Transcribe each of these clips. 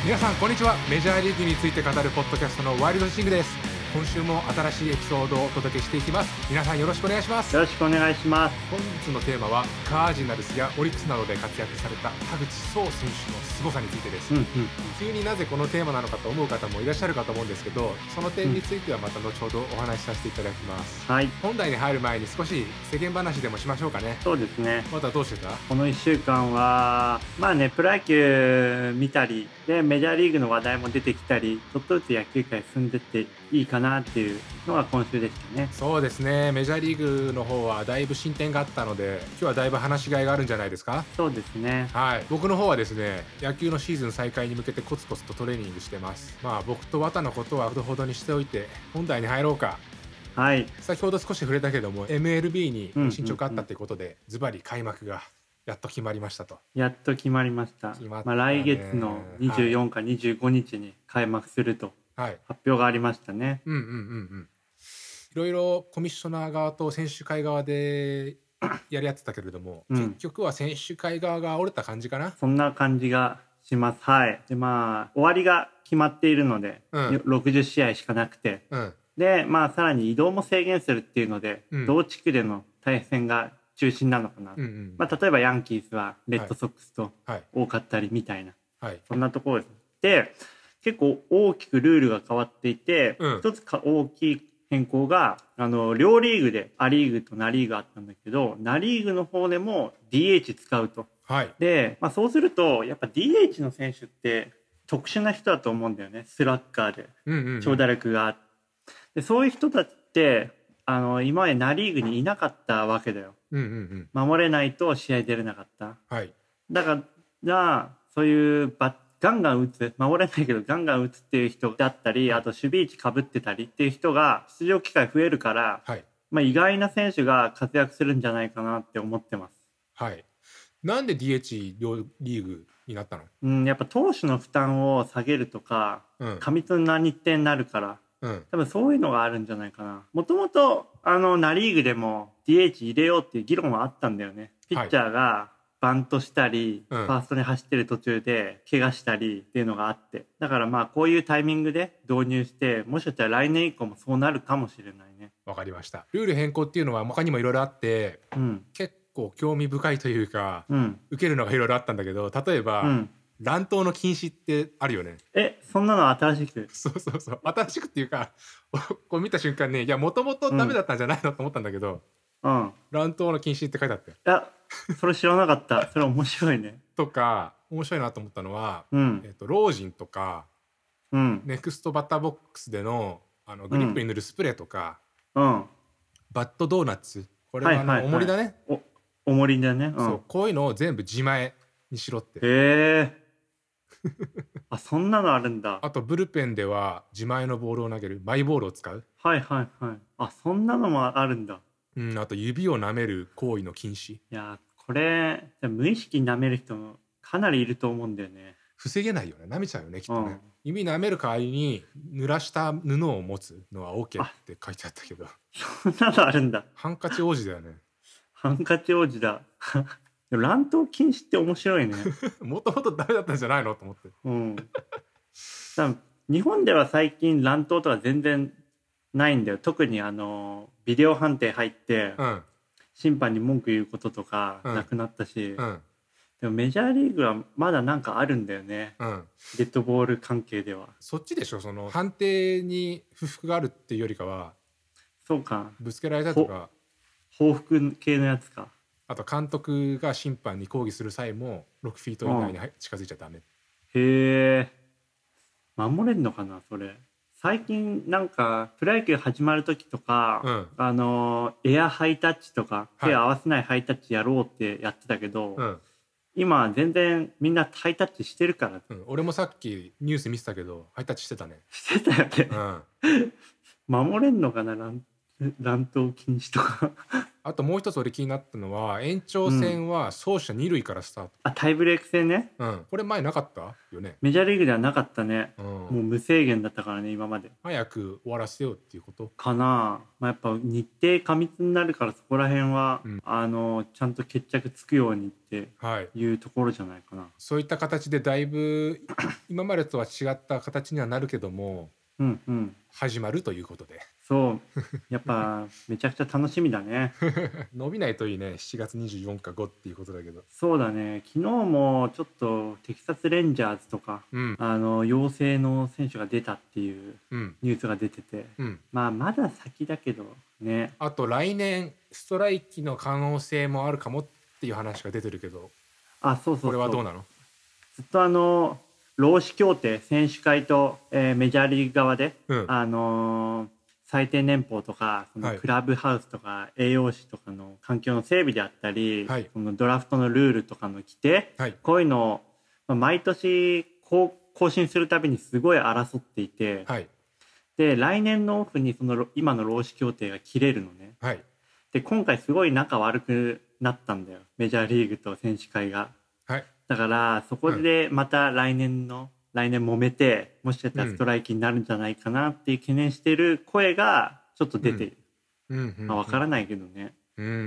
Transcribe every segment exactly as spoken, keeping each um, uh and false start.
皆さんこんにちは。メジャーリーグについて語るポッドキャストのワイルドシングです。今週も新しいエピソードをお届けしていきます。皆さんよろしくお願いします。 よろしくお願いします。 本日のテーマはカージナルスやオリックスなどで活躍された田口壮選手の凄さについてです、 うんうん、 急になぜこのテーマなのかと思う方もいらっしゃるかと思うんですけど、その点についてはまた後ほどお話しさせていただきます、 はい、 本題に入る前に少し世間話でもしましょうかね。 そうですね。 またどうしてた？ このいっしゅうかんはまあね、プロ野球見たりでメジャーリーグの話題も出てきたり、ちょっとずつ野球界進んでっていいかなっていうのが今週でしたね。 そうですね。メジャーリーグの方はだいぶ進展があったので、今日はだいぶ話しがいがあるんじゃないですか。 そうですね。 はい、僕の方はですね、野球のシーズン再開に向けてコツコツとトレーニングしてます。まあ僕と綿のことはほどほどにしておいて本題に入ろうか。 はい、 先ほど少し触れたけども エムエルビー に進捗あったということで、ズバリ開幕がやっと決まりましたと。 やっと決まりました。 決まったね。 まあ、来月のにじゅうよっか、にじゅうごにちに開幕すると発表がありましたね。 うんうんうんうん。いろいろコミッショナー側と選手会側でやり合ってたけれども、うん、結局は選手会側が折れた感じかな。 そんな感じがします。はい。でまあ終わりが決まっているので、うん、ろくじゅっしあいしかなくて、うん、でまあさらに移動も制限するっていうので、うん、同地区での対戦が中心なのかな、うんうん、まあ、例えばヤンキースはレッドソックスと多かったりみたいな、はいはい、そんなところです。で結構大きくルールが変わっていて、うん、一つか大きい変更があの両リーグでアリーグとナリーグあったんだけど、ナリーグの方でも ディーエイチ 使うと、はい、で、まあ、そうするとやっぱ ディーエイチ の選手って特殊な人だと思うんだよね。スラッガーで、うんうんうん、長打力があって、でそういう人たちってあの今までナリーグにいなかったわけだよ、うんうんうん、守れないと試合出れなかった、はい、だからそういうバッガンガン打つ、守れないけどガンガン打つっていう人だったり、あと守備位置かぶってたりっていう人が出場機会増えるから、はい、まあ、意外な選手が活躍するんじゃないかなって思ってます。 はい。なんで ディーエイチ 両リーグになったの？ うん、やっぱ投手の負担を下げるとか、うん、過密な日程になるから、うん、多分そういうのがあるんじゃないかな。もともとあのナリーグでも ディーエイチ 入れようっていう議論はあったんだよね。ピッチャーがバントしたり、はい、ファーストに走ってる途中で怪我したりっていうのがあって、だからまあこういうタイミングで導入して、もしかしたら来年以降もそうなるかもしれないね。 わかりました。ルール変更っていうのは他にもいろいろあって、うん、結構興味深いというか、うん、受けるのがいろいろあったんだけど、例えば、うん、乱闘の禁止ってあるよね。 え、そんなの新しく？ そうそうそう、新しくっていうかこう見た瞬間ね、いやもともとダメだったんじゃないのと思ったんだけど、うん、乱闘の禁止って書いてあって、いやそれ知らなかった。それ面白いね。 とか面白いなと思ったのは、うん、えーと、老人とか、うん、ネクストバッターボックスでのあのグリップに塗るスプレーとか、うん、バットドーナツ、これはあの、はいはいはい、重りだね。 お重りだね、 うん、そうこういうのを全部自前にしろって。 へえあ、そんなのあるんだ。 あとブルペンでは自前のボールを投げるマイボールを使う。 はいはいはい。あ、そんなのもあるんだ。 うん、あと指を舐める行為の禁止。いやこれ無意識に舐める人もかなりいると思うんだよね。 防げないよね。舐めちゃうよねきっとね、うん、指舐める代わりに濡らした布を持つのは OK って書いてあったけど、 そんなのあるんだ。 ハンカチ王子だよね。 ハンカチ王子だ乱闘禁止って面白いね。 もともとダメだったんじゃないのと思って、うん、 日本では最近乱闘とか全然ないんだよ。特にあのビデオ判定入って、うん、審判に文句言うこととかなくなったし、うんうん、でもメジャーリーグはまだなんかあるんだよね、うん、デッドボール関係では。 そっちでしょ、その判定に不服があるっていうよりかは。 そうか、 ぶつけられたとか報復系のやつか。 あと監督が審判に抗議する際もろくフィート以内に近づいちゃダメ、うん、 へえ、守れんのかなそれ。最近なんかプロ野球始まる時とか、うん、あのエアハイタッチとか、はい、手合わせないハイタッチやろうってやってたけど、うん、今全然みんなハイタッチしてるから、 うん、俺もさっきニュース見てたけどハイタッチしてたね。 してたよね、うん、守れんのかな乱乱闘禁止とかあともう一つ俺気になったのは延長戦は走者二塁からスタート、 あ、タイブレーク戦ね。 うん、これ前なかったよね。 メジャーリーグではなかったね、 うん、 もう無制限だったからね今まで。 早く終わらせようっていうことかな、まあ、やっぱ日程過密になるからそこら辺は、うん、あのちゃんと決着つくようにっていうところじゃないかな、はい、 そういった形でだいぶ今までとは違った形にはなるけどもうんうん、 始まるということで、 そうやっぱめちゃくちゃ楽しみだね伸びないといいね。しちがつにじゅうよっかごっていうことだけど。 そうだね、昨日もちょっとテキサスレンジャーズとか、うん、あの陽性の選手が出たっていうニュースが出てて、うん、まあまだ先だけどね。 あと来年ストライキの可能性もあるかもっていう話が出てるけど、 あ、そうそうそう、 これはどうなの？ ずっとあの労使協定、選手会と、えー、メジャーリーグ側で、うん、あのー、最低年俸とかそのクラブハウスとか栄養士とかの環境の整備であったり、はい、そのドラフトのルールとかの規定、はい、こういうのを、まあ、毎年こう更新するたびにすごい争っていて、はい、で来年のオフにその今の労使協定が切れるのね、はい、で今回すごい仲悪くなったんだよメジャーリーグと選手会が。はい、だからそこでまた来年の、うん、来年揉めてもしかしたらストライキになるんじゃないかなっていう懸念してる声がちょっと出てる、うんうんうんうん、まあ、分からないけどね、うんうんうんうん、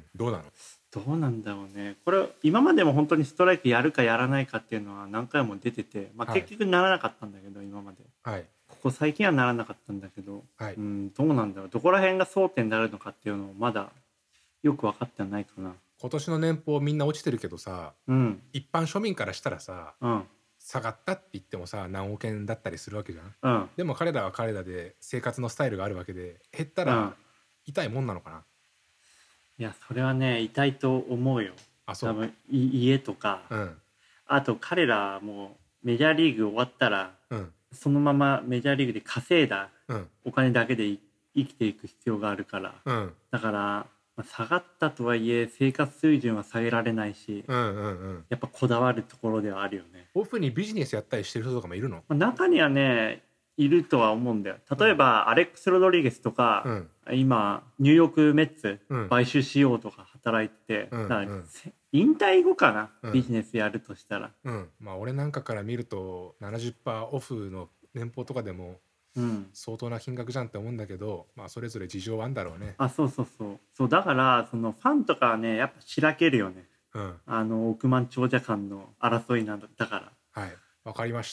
どうなの？ どうなんだろうね。これ今までも本当にストライキやるかやらないかっていうのは何回も出てて、まあ、結局ならなかったんだけど、はい、今まで、はい、ここ最近はならなかったんだけど、はい、うん、どうなんだろう、どこら辺が争点になるのかっていうのをまだよく分かってはないかな。 今年の年俸みんな落ちてるけどさ、うん、一般庶民からしたらさ、うん、下がったって言ってもさ何億円だったりするわけじゃん、うん、でも彼らは彼らで生活のスタイルがあるわけで減ったら痛いもんなのかな、うん、 いやそれはね痛いと思うよ。あ、そう。多分家とか、うん、あと彼らもメジャーリーグ終わったら、うん、そのままメジャーリーグで稼いだお金だけで生きていく必要があるから、うん、だから下がったとはいえ生活水準は下げられないし、うんうんうん、やっぱこだわるところではあるよね。 オフにビジネスやったりしてる人とかもいるの？ 中にはねいるとは思うんだよ。例えば、うん、アレックス・ロドリゲスとか、うん、今ニューヨーク・メッツ、うん、買収しようとか働いてて、うんうん、引退後かな、うん、ビジネスやるとしたら、 うん、まあ俺なんかから見ると ななじゅっパーセント オフの年俸とかでもうん、相当な金額じゃんって思うんだけど、まあそれぞれ事情はあるんだろうね。 あ、そうそうそうそう、だからそのファンとかはねやっぱしらけるよね、うん、あの億万長者間の争いなんだから。 はい、わかりました。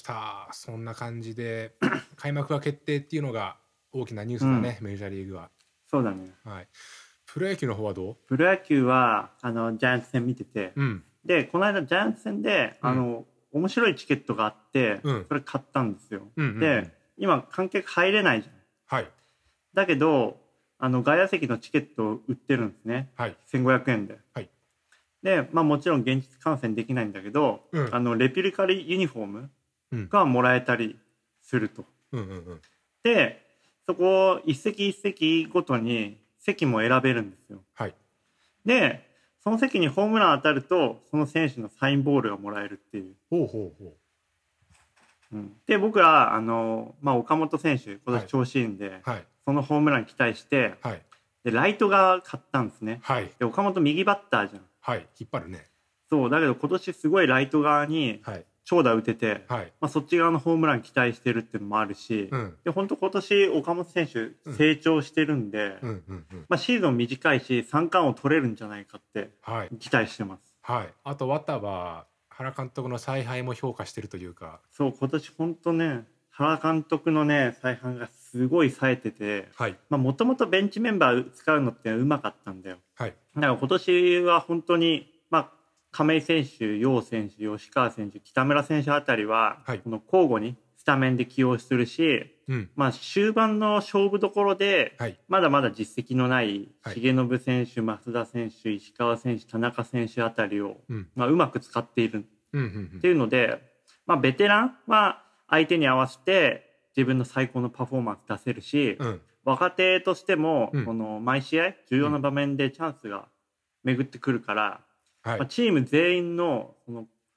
そんな感じで開幕が決定っていうのが大きなニュースだね、うん、メジャーリーグは。 そうだね、 はい、プロ野球の方はどう？ プロ野球はあのジャイアンツ戦見てて、うん、でこの間ジャイアンツ戦で、うん、あの面白いチケットがあって、うん、それ買ったんですよ、うんうんうん、で今観客入れないじゃん、はい、だけどあの外野席のチケットを売ってるんですね、はい、せんごひゃくえんで、はい、で、まあ、もちろん現実観戦できないんだけど、うん、あのレプリカユニフォームがもらえたりすると、うんうんうんうん、でそこ一席一席ごとに席も選べるんですよ、はい、でその席にホームラン当たるとその選手のサインボールがもらえるっていう。ほうほうほう。うん、で僕はあの、まあ、岡本選手今年調子いいんで、はいはい、そのホームラン期待して、はい、でライト側買ったんですね、はい、で岡本右バッターじゃん、 はい、引っ張るね。 そうだけど今年すごいライト側に長打打てて、はい、まあ、そっち側のホームラン期待してるっていうのもあるし、うん、で本当今年岡本選手成長してるんで、うんうんうんうん、まあ、シーズン短いし三冠王取れるんじゃないかって期待してます、 はいはい、あと綿は原監督の采配も評価してるというか。 そう今年本当ね原監督のね采配がすごい冴えてて、もともとベンチメンバー使うのってうまかったんだよ、はい、だから今年は本当に、まあ、亀井選手、楊選手、吉川選手、北村選手あたりは、はい、この交互にスタメンで起用するし、うん、まあ、終盤の勝負どころで、はい、まだまだ実績のない重信選手、増田選手、石川選手、田中選手あたりを、うんまあ、うまく使っているっていうので、まあ、ベテランは相手に合わせて自分の最高のパフォーマンス出せるし、うん、若手としても、うん、この毎試合重要な場面でチャンスが巡ってくるから、うん、まあ、チーム全員のその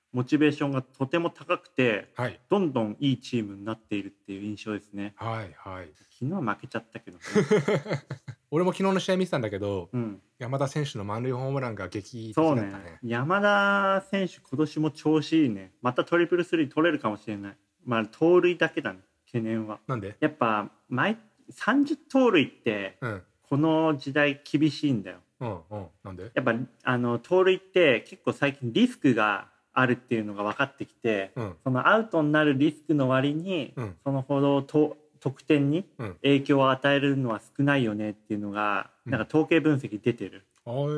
モチベーションがとても高くて、 はい、 どんどんいいチームになっているっていう印象ですね。 はいはい。 昨日は負けちゃったけどね。 俺も昨日の試合見てたんだけど、 うん、 山田選手の満塁ホームランが劇的だったね。そうね。 山田選手今年も調子いいね。またトリプルスリー取れるかもしれない。まあ盗塁だけだね、懸念は。 なんで？ やっぱ毎さんじゅう盗塁って、うん、この時代厳しいんだよ。 うんうん、なんで？ やっぱあの盗塁って結構最近リスクがあるっていうのが分かってきて、うん、そのアウトになるリスクの割に、うん、そのほどと得点に影響を与えるのは少ないよねっていうのが、うん、なんか統計分析出てる。 うん、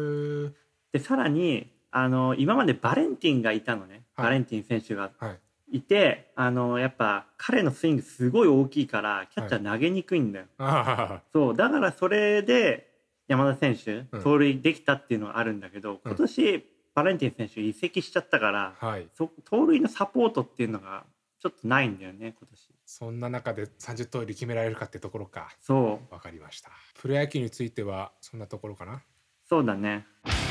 でさらにあの今までバレンティンがいたのね、はい、バレンティン選手がいて、はい、あのやっぱ彼のスイングすごい大きいからキャッチャー投げにくいんだよ。はい、そうだからそれで山田選手盗塁できたっていうのがあるんだけど、うん、今年バレンティン選手移籍しちゃったから、はい、そ盗塁のサポートっていうのがちょっとないんだよね今年。 そんな中でさんじゅう盗塁決められるかってところか。 そうわかりました。プロ野球についてはそんなところかな。 そうだね。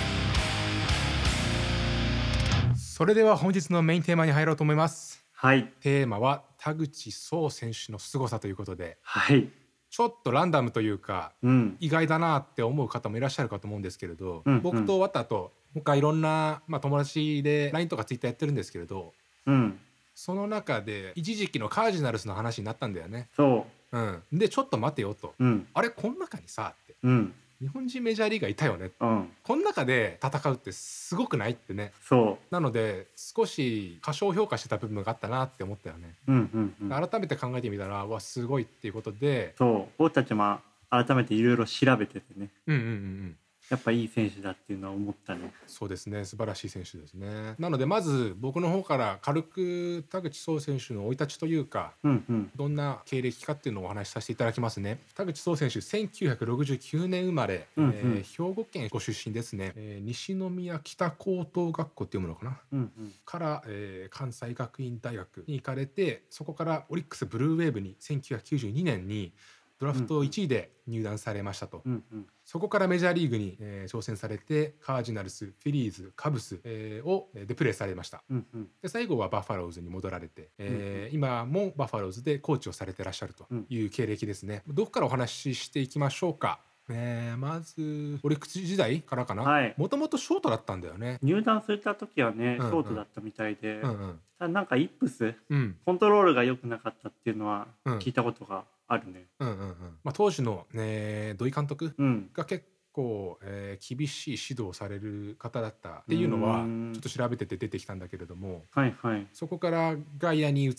それでは本日のメインテーマに入ろうと思います。 はい。 テーマは田口壮選手の凄さということで、 はい。 ちょっとランダムというか、うん、意外だなって思う方もいらっしゃるかと思うんですけれど、うんうん、僕と綿と他いろんな、まあ、友達で ライン とか ツイッター やってるんですけれど、うん、その中で一時期のカージナルスの話になったんだよね。 そう、 うん、でちょっと待てよと、うん、あれこの中にさって、うん、日本人メジャーリーガーいたよね、うん、この中で戦うってすごくないってね。 そうなので少し過小評価してた部分があったなって思ったよね、うんうんうん、改めて考えてみたらわすごいっていうことで、 そう僕たちも改めていろいろ調べててね、うんうんうん、やっぱいい選手だっていうのは思ったね。 そうですね、素晴らしい選手ですね。なのでまず僕の方から軽く田口壮選手の生い立ちというか、うんうん、どんな経歴かっていうのをお話しさせていただきますね。田口壮選手せんきゅうひゃくろくじゅうきゅうねん生まれ、うんうん、えー、兵庫県ご出身ですね、えー、西宮北高等学校って読むのかな、うんうん、から、えー、関西学院大学に行かれて、そこからオリックスブルーウェーブにせんきゅうひゃくきゅうじゅうにねんにドラフトいちいで入団されましたと、うんうん、そこからメジャーリーグに、えー、挑戦されてカージナルス、フィリーズ、カブス、えー、をでプレーされました、うんうん、で最後はバファローズに戻られて、えーうんうん、今もバファローズでコーチをされてらっしゃるという経歴ですね、うん、どこからお話ししていきましょうか。えー、まずオリックス時代からかな。もともとショートだったんだよね。 入団された時はね、うんうん、ショートだったみたいで、うんうん、ただなんかイップス、うん、コントロールが良くなかったっていうのは聞いたことがあるね、うんうんうん、 まあ、当時の、ね、土井監督が結構、えー、厳しい指導をされる方だったっていうのはちょっと調べてて出てきたんだけれども、はいはい、そこから外野に移って、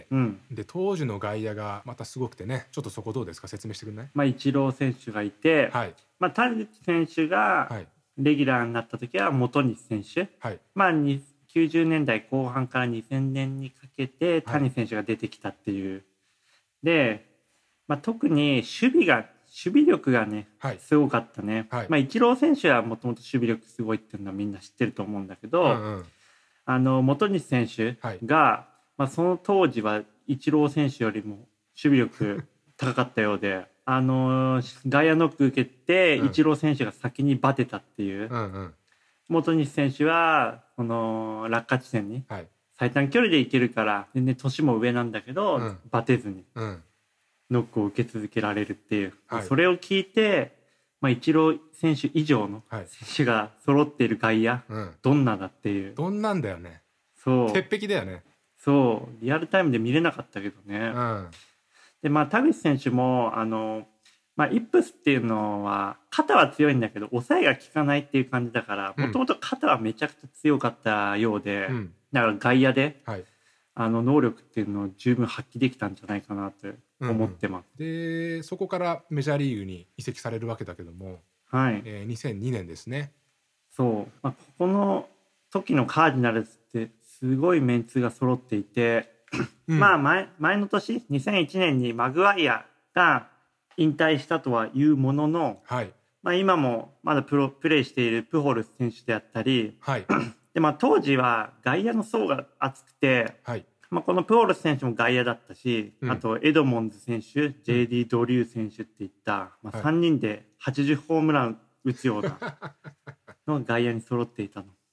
うん、で当時の外野がまたすごくてね、ちょっとそこどうですか、説明してくれない？ まあ、イチロー選手がいて、はい、まあ、田口選手がレギュラーになった時は本西選手、はい、まあ、きゅうじゅうねんだいこう半からにせんねんにかけて谷選手が出てきたっていう、はい、で、まあ、特に守備が守備力がね、はい、すごかったね、はい、まあ、イチロー選手はもともと守備力すごいっていうのはみんな知ってると思うんだけど、うんうん、あの本西選手が、はい、まあ、その当時はイチロー選手よりも守備力高かったようであの外野ノック受けて、うん、イチロー選手が先にバテたっていう、うんうん、本西選手はこの落下地点に最短距離で行けるから全然年も上なんだけど、うん、バテずに、うん、ノックを受け続けられるっていう、はい、それを聞いて、まあ、イチロー選手以上の選手が揃っている外野、はい、どんなだっていう、 どんなんだよね。 そう鉄壁だよね。 そうリアルタイムで見れなかったけどね、うん、でまあ田口選手もあの、まあ、イップスっていうのは肩は強いんだけど抑えが効かないっていう感じだからもともと肩はめちゃくちゃ強かったようで、うん、だから外野で、はい、あの能力っていうのを十分発揮できたんじゃないかなと思ってます、 うんうん、でそこからメジャーリーグに移籍されるわけだけども、はいえー、にせんにねんですね。 そう、まあ、ここの時のカージナルスってすごいメンツが揃っていて、うん、まあ 前, 前の年にせんいちねんにマグワイアが引退したとはいうものの、はいまあ、今もまだプロプレーしているプホルス選手であったり、はいでまあ、当時は外野の層が厚くて、はいまあ、このプホルス選手も外野だったし、うん、あとエドモンズ選手、うん、ジェイディー ドリュー選手っていった、まあ、さんにんではちじゅうホームラン打つようなのが外野に揃っていたの。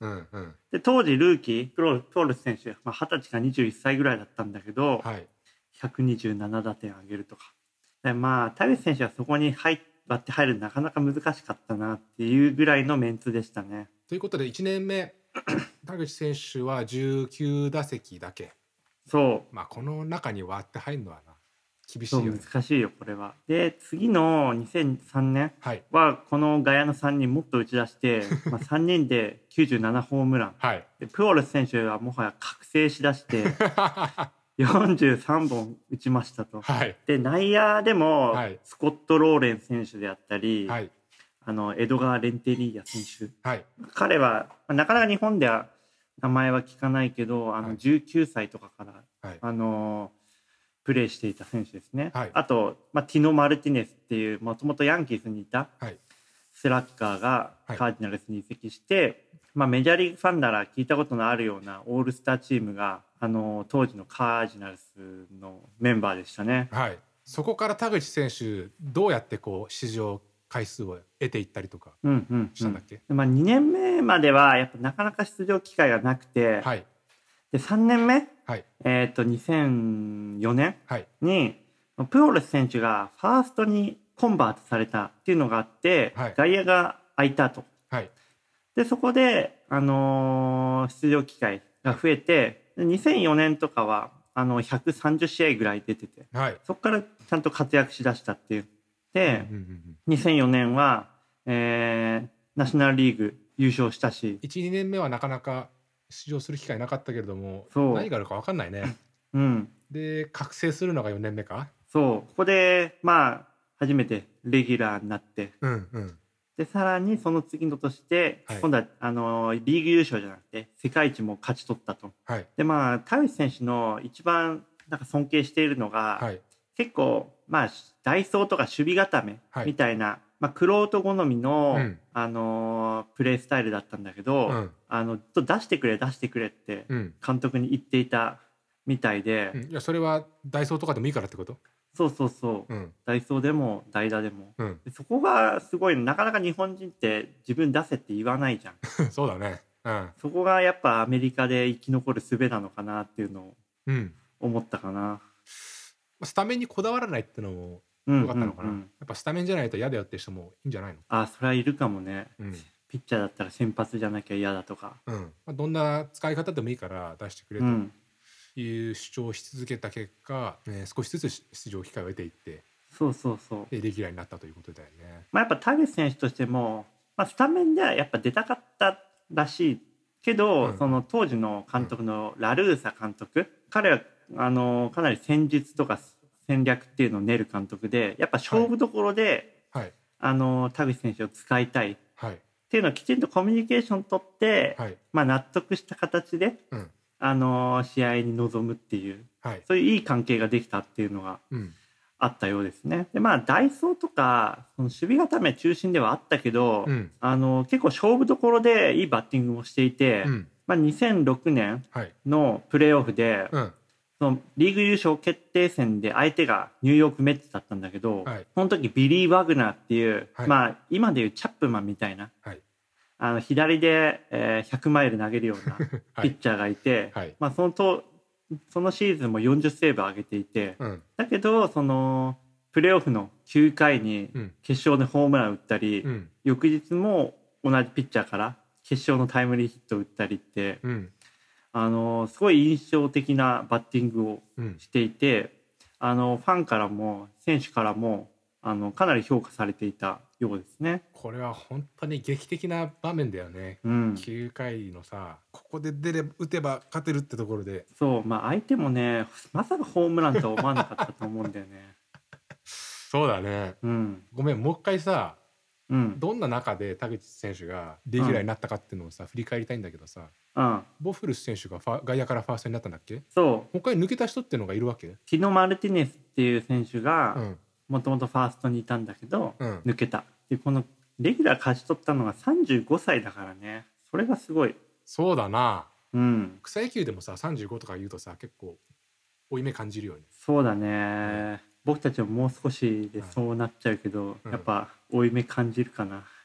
うんうん、 で当時ルーキープロプロレス選手、まあ、はたちかにじゅういっさいぐらいだったんだけど、はい、ひゃくにじゅうななだてん上げるとかで、まあ田口選手はそこに入割って入るのなかなか難しかったなっていうぐらいのメンツでしたね。 ということでいちねんめ田口選手はじゅうきゅうだせきだけ。 そうまあこの中に割って入るのはな厳しいよね。 難しいよこれは。で次のにせんさんねんはこのガヤのさんにんもっと打ち出して、まあ、さんにんできゅうじゅうななホームラン、はい、でプロレス選手はもはや覚醒しだしてよんじゅうさんぼん打ちましたと、はい、で内野でもスコット・ローレン選手であったり、はい、あのエドガー・レンテリーヤ選手、はい、彼はなかなか日本では名前は聞かないけどあのじゅうきゅうさいとかから、はい、あのプレーしていた選手ですね、はい、あと、まあ、ティノ・マルティネスっていうもともとヤンキースにいたスラッガーがカージナルスに移籍して、はい、まあ、メジャーリーグファンなら聞いたことのあるようなオールスターチームがあの当時のカージナルスのメンバーでしたね、 はい、そこから田口選手どうやってこう出場回数を得ていったりとかしたんだっけ、 うんうんうん、まあ、にねんめまではやっぱなかなか出場機会がなくて、はい、でさんねんめ、はい、えー、とにせんよねんに、はい、プロレス選手がファーストにコンバートされたっていうのがあって、はい、外野が空いたと、はい、でそこで、あのー、出場機会が増えてにせんよねんとかはあのひゃくさんじゅうしあいぐらい出てて、はい、そこからちゃんと活躍しだしたっていうで、うんうんうん、にせんよねんは、えー、ナショナルリーグ優勝したしいちにねんめはなかなか出場する機会なかったけれども何があるか分かんないね、うん、で覚醒するのがよねんめか。 そうここでまあ初めてレギュラーになって、うんうん、でさらにその次の年で、はい、今度はあのリーグ優勝じゃなくて世界一も勝ち取ったと、はい、でまあ田口選手の一番なんか尊敬しているのが、はい、結構まあダイソーとか守備固めみたいな、はい、まあ、クロート好みの、うん、あのー、プレースタイルだったんだけど、うん、あの出してくれ出してくれって監督に言っていたみたいで、 うん、いやそれはダイソーとかでもいいからってこと？ そうそうそう、うん、ダイソーでも代打でも、うん、でそこがすごいなかなか日本人って自分出せって言わないじゃんそうだね、うん、 そこがやっぱアメリカで生き残る術なのかなっていうのを思ったかな、うん、 スタメンにこだわらないってのもよかったのかな、うんうんうん、やっぱスタメンじゃないと嫌だよって人もいいんじゃないの？ あ、それはいるかもね、うん、ピッチャーだったら先発じゃなきゃ嫌だとか、 うん、まあ、どんな使い方でもいいから出してくれという主張をし続けた結果、ね、少しずつ出場機会を得ていってそうそうそうでレギュラーになったということだよね、 まあ、やっぱ田口選手としても、まあ、スタメンではやっぱ出たかったらしいけど、うん、その当時の監督のラルーサ監督、うん、彼はあのかなり戦術とか戦略っていうのを練る監督でやっぱ勝負どころで、はいはい、あの田口選手を使いたい、はい、っていうのをきちんとコミュニケーション取って、はい、まあ、納得した形で、うん、あの試合に臨むっていう、はい、そういういい関係ができたっていうのがあったようですね。でまあダイソーとかその守備固め中心ではあったけど、うん、あの結構勝負どころでいいバッティングをしていて、うん、まあ、にせんろくねんのプレーオフで、はい、そのリーグ優勝決定戦で相手がニューヨークメッツだったんだけど、はい、その時ビリー・ワグナーっていう、はい、まあ今でいうチャップマンみたいな、はい、あの左で、えー、ひゃくマイル投げるようなピッチャーがいて、はい、まあ、そのとそのシーズンもよんじゅうセーブ上げていて、うん、だけどそのプレーオフのきゅうかいに決勝でホームラン打ったり、うん、翌日も同じピッチャーから決勝のタイムリーヒット打ったりって、うん、あのすごい印象的なバッティングをしていて、うん、あのファンからも選手からもあのかなり評価されていたようですね。 これは本当に劇的な場面だよね、うん、きゅうかいのさここで出れ打てば勝てるってところでそうまあ相手もねまさかホームランとは思わなかったと思うんだよねそうだね、うん、ごめんもう一回さ、うん、どんな中で田口選手がレギュラーになったかっていうのをさ、うん、振り返りたいんだけどさ、うん、ボフルス選手がファ外野からファーストになったんだっけ？そう他に抜けた人っていうのがいるわけ？ ティノ・マルティネスっていう選手がもともとファーストにいたんだけど、うん、抜けたでこのレギュラー勝ち取ったのがさんじゅうごさいだからねそれがすごい。 そうだな、うん、草野球でもささんじゅうごとか言うとさ結構負い目感じるよね。 そうだね、うん、僕たちももう少しでそうなっちゃうけど、うん、やっぱ負い目感じるかな。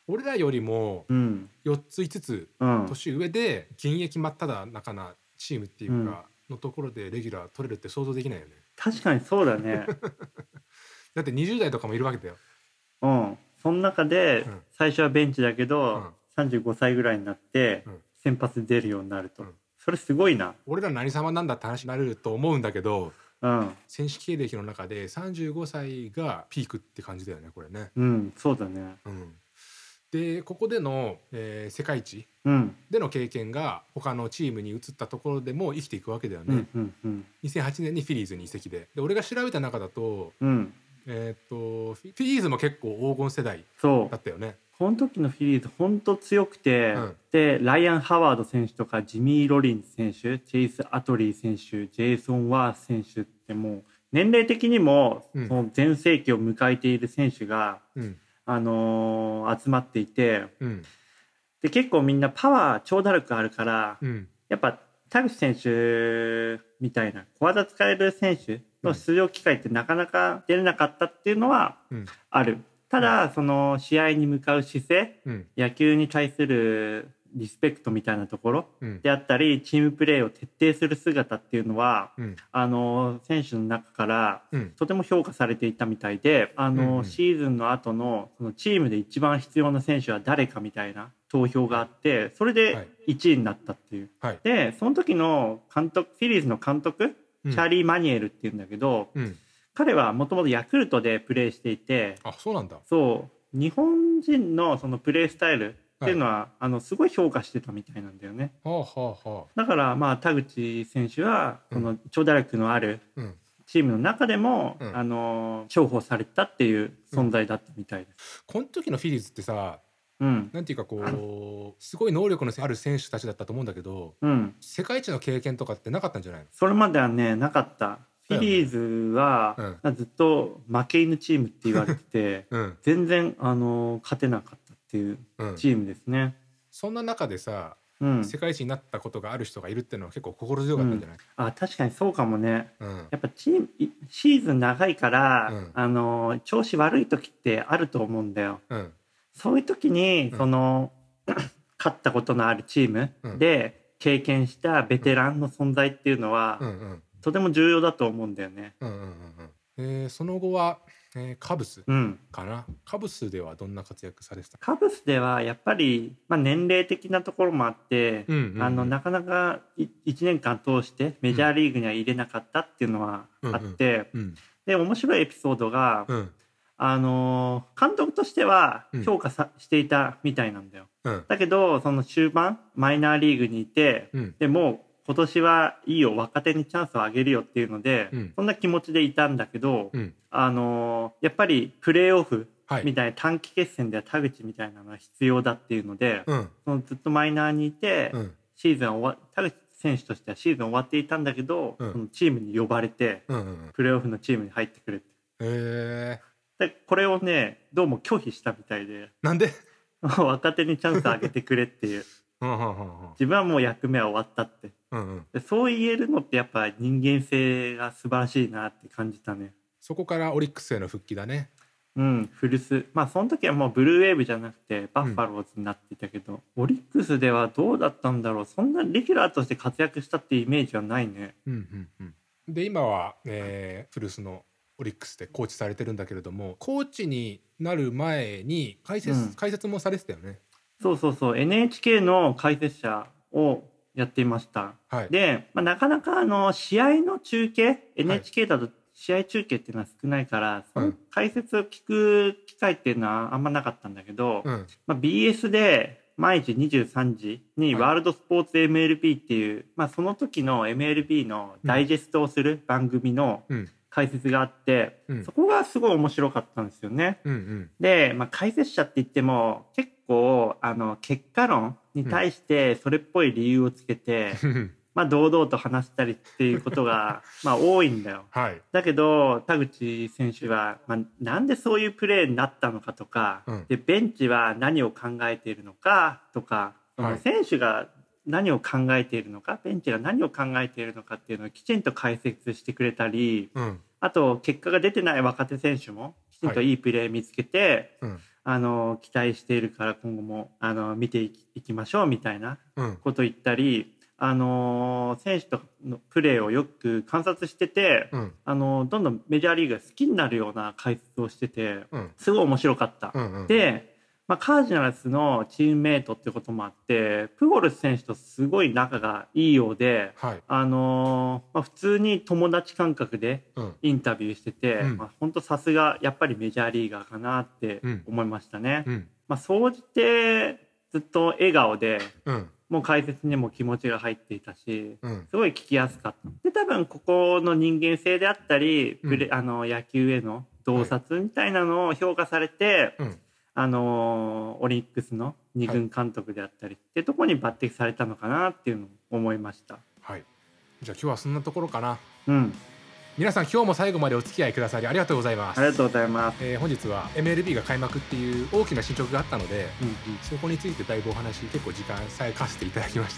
俺らよりもよっついつつ年上で現役真っただ中なチームっていうかのところでレギュラー取れるって想像できないよね。 確かにそうだねだってにじゅう代とかもいるわけだよ。 うん、その中で最初はベンチだけど、うん、さんじゅうごさいぐらいになって先発出るようになると、うん、それすごいな。 俺ら何様なんだって話になると思うんだけど、うん、選手経歴の中でさんじゅうごさいがピークって感じだよねこれね。 うんそうだね、 うん、でここでの、えー、世界一での経験が他のチームに移ったところでも生きていくわけだよね、うんうんうん、にせんはちねんにフィリーズに移籍 で, で俺が調べた中だと、うんえー、とフィリーズも結構黄金世代だったよね。 この時のフィリーズ本当強くて、うん、でライアン・ハワード選手とかジミー・ロリンズ選手、チェイス・アトリー選手、ジェイソン・ワース選手ってもう年齢的にもその全盛期を迎えている選手が、うんあのー、集まっていて、うん、で結構みんなパワー長打力あるから、うん、やっぱ田口選手みたいな小技使える選手の出場機会ってなかなか出れなかったっていうのはある、うん、ただその試合に向かう姿勢、うん、野球に対するリスペクトみたいなところであったり、うん、チームプレーを徹底する姿っていうのは、うん、あの選手の中からとても評価されていたみたいで、あの、うんうん、シーズンの後のそのチームで一番必要な選手は誰かみたいな投票があって、それでいちいになったっていう、はい、でその時の監督フィリーズの監督、うん、チャーリー・マニエルっていうんだけど、うん、彼はもともとヤクルトでプレーしていて、 あ、そうなんだ。 そう日本人のそのプレースタイルっていうのは、はい、あのすごい評価してたみたいなんだよね。はあはあはあ、だからまあ田口選手はこの長打力のあるチームの中でも、うん、あの重宝されたっていう存在だったみたいです。 うん、この時のフィリーズってさ、うん、なんていうかこうすごい能力のある選手たちだったと思うんだけど、うん、世界一の経験とかってなかったんじゃないの？ それまではねなかった。フィリーズは、うん、ずっと負け犬チームって言われてて、うん、全然あの勝てなかったっていうチームですね、うん、 そんな中でさ、うん、世界一になったことがある人がいるっていうのは結構心強かったんじゃない？ うん、あ、確かにそうかもね、うん、やっぱチームシーズン長いから、うん、あの調子悪い時ってあると思うんだよ、うん、そういう時にその、うん、勝ったことのあるチームで経験したベテランの存在っていうのは、うんうん、とても重要だと思うんだよね、うんうんうんえー、その後はえー、カブスかな、うん、カブスではどんな活躍されてた？ カブスではやっぱり、まあ、年齢的なところもあって、うんうんうん、あのなかなかいちねんかん通してメジャーリーグには入れなかったっていうのはあって、うんうんうん、で面白いエピソードが、うん、あの監督としては評価さ、うん、していたみたいなんだよ、うん、だけどその終盤マイナーリーグにいて、うん、でもう今年はいいよ若手にチャンスをあげるよっていうので、うん、そんな気持ちでいたんだけど、うん、あのー、やっぱりプレーオフみたいな短期決戦では田口みたいなのが必要だっていうので、うん、そのずっとマイナーにいて、うん、シーズン終わ田口選手としてはシーズン終わっていたんだけど、うん、そのチームに呼ばれて、うんうんうん、プレーオフのチームに入ってくれって。へー。でこれをねどうも拒否したみたいで。 なんで？ 若手にチャンスあげてくれっていう。自分はもう役目は終わったって、うんうん、でそう言えるのってやっぱ人間性が素晴らしいなって感じたね。 そこからオリックスへの復帰だね。 うん、古巣、まあその時はもうブルーウェーブじゃなくてバッファローズになっていたけど、うん、オリックスではどうだったんだろう。そんなレギュラーとして活躍したってイメージはないね。うんうんうん、で今は、えー、古巣のオリックスでコーチされてるんだけれども、コーチになる前に解説、うん、解説もされてたよね。 そうそうそう、 エヌエイチケー の解説者をやっていました、はい、で、まあ、なかなかあの試合の中継、はい、エヌエイチケー だと試合中継っていうのは少ないから、その解説を聞く機会っていうのはあんまなかったんだけど、うん、まあ、ビーエス で毎日にじゅうさんじにワールドスポーツ エムエルビー っていう、はい、まあ、その時の エムエルビー のダイジェストをする番組の解説があって、うん、そこがすごい面白かったんですよね、うんうん、で、まあ、解説者って言っても結構あの結果論に対してそれっぽい理由をつけて、うん、まあ堂々と話したりっていうことがまあ多いんだよ、はい、だけど田口選手は、まあ、なんでそういうプレーになったのかとか、うん、でベンチは何を考えているのかとか、その選手が何を考えているのか、ベンチが何を考えているのかっていうのをきちんと解説してくれたり、うん、あと結果が出てない若手選手もきちんといいプレー見つけて、はい、うん、 あの期待しているから今後もあの見ていき、いきましょうみたいなことを言ったり、うん、あの選手とのプレーをよく観察してて、うん、あのどんどんメジャーリーグが好きになるような解説をしてて、うん、すごい面白かった。うんうん、でまあ、カージナルスのチームメイトってこともあってプゴルス選手とすごい仲がいいようで、はい、あのーまあ、普通に友達感覚でインタビューしてて、うんまあ、本当さすがやっぱりメジャーリーガーかなって思いましたね。うんうんまあ、総じてずっと笑顔で、うん、もう解説にも気持ちが入っていたし、うん、すごい聞きやすかった。で多分ここの人間性であったり、うん、あの野球への洞察みたいなのを評価されて、はいうんあのー、オリックスのに軍監督であったりっていうところに抜擢されたのかなっていうのを思いました。 はい。じゃあ今日はそんなところかな。 うん。 皆さん今日も最後までお付き合いくださりありがとうございます。 ありがとうございます。 えー、本日は エムエルビー が開幕っていう大きな進捗があったので、うんうん、そこについてだいぶお話結構時間割かせていただきました。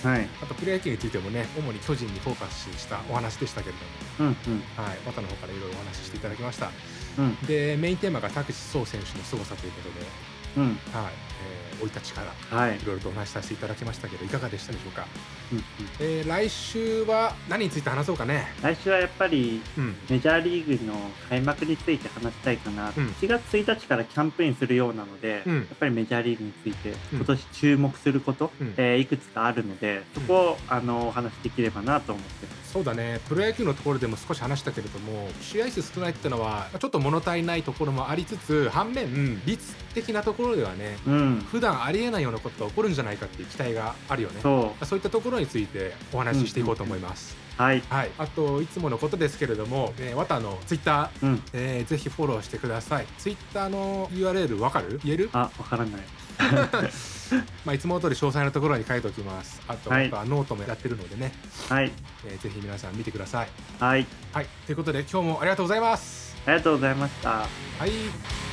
はい。あとプロ野球についてもね、主に巨人にフォーカスしたお話でしたけれども、うんうん、はい、綿の方からいろいろお話ししていただきました。うん、でメインテーマが田口壮選手の凄さということで。うんはいえー、生い立ちからいろいろとお話しさせていただきましたけど、はい、いかがでしたでしょうか。うんうんえー、来週は何について話そうかね。 来週はやっぱり、うん、メジャーリーグの開幕について話したいかな、うん、いちがつついたちからキャンプインするようなので、うん、やっぱりメジャーリーグについて今年注目すること、うんえー、いくつかあるのでそこを、あのお話しできればなと思ってます。 そうだね、プロ野球のところでも少し話したけれども試合数少ないってのはちょっと物足りないところもありつつ反面率的なところではね、うん、普段ありえないようなことが起こるんじゃないかっていう期待があるよね。そうそういったところについてお話ししていこうと思います。うんうんうん、はい、はい、あといつものことですけれども、えー、わたのツイッター、うんえー、ぜひフォローしてください。ツイッターの ユーアールエル わかる？言える？ あ、わからないまあいつも通り詳細なところに書いておきます。あと、はい、ノートもやってるのでね、はいえー、ぜひ皆さん見てください。はい、はい、ということで今日もありがとうございます。 ありがとうございました。 はい。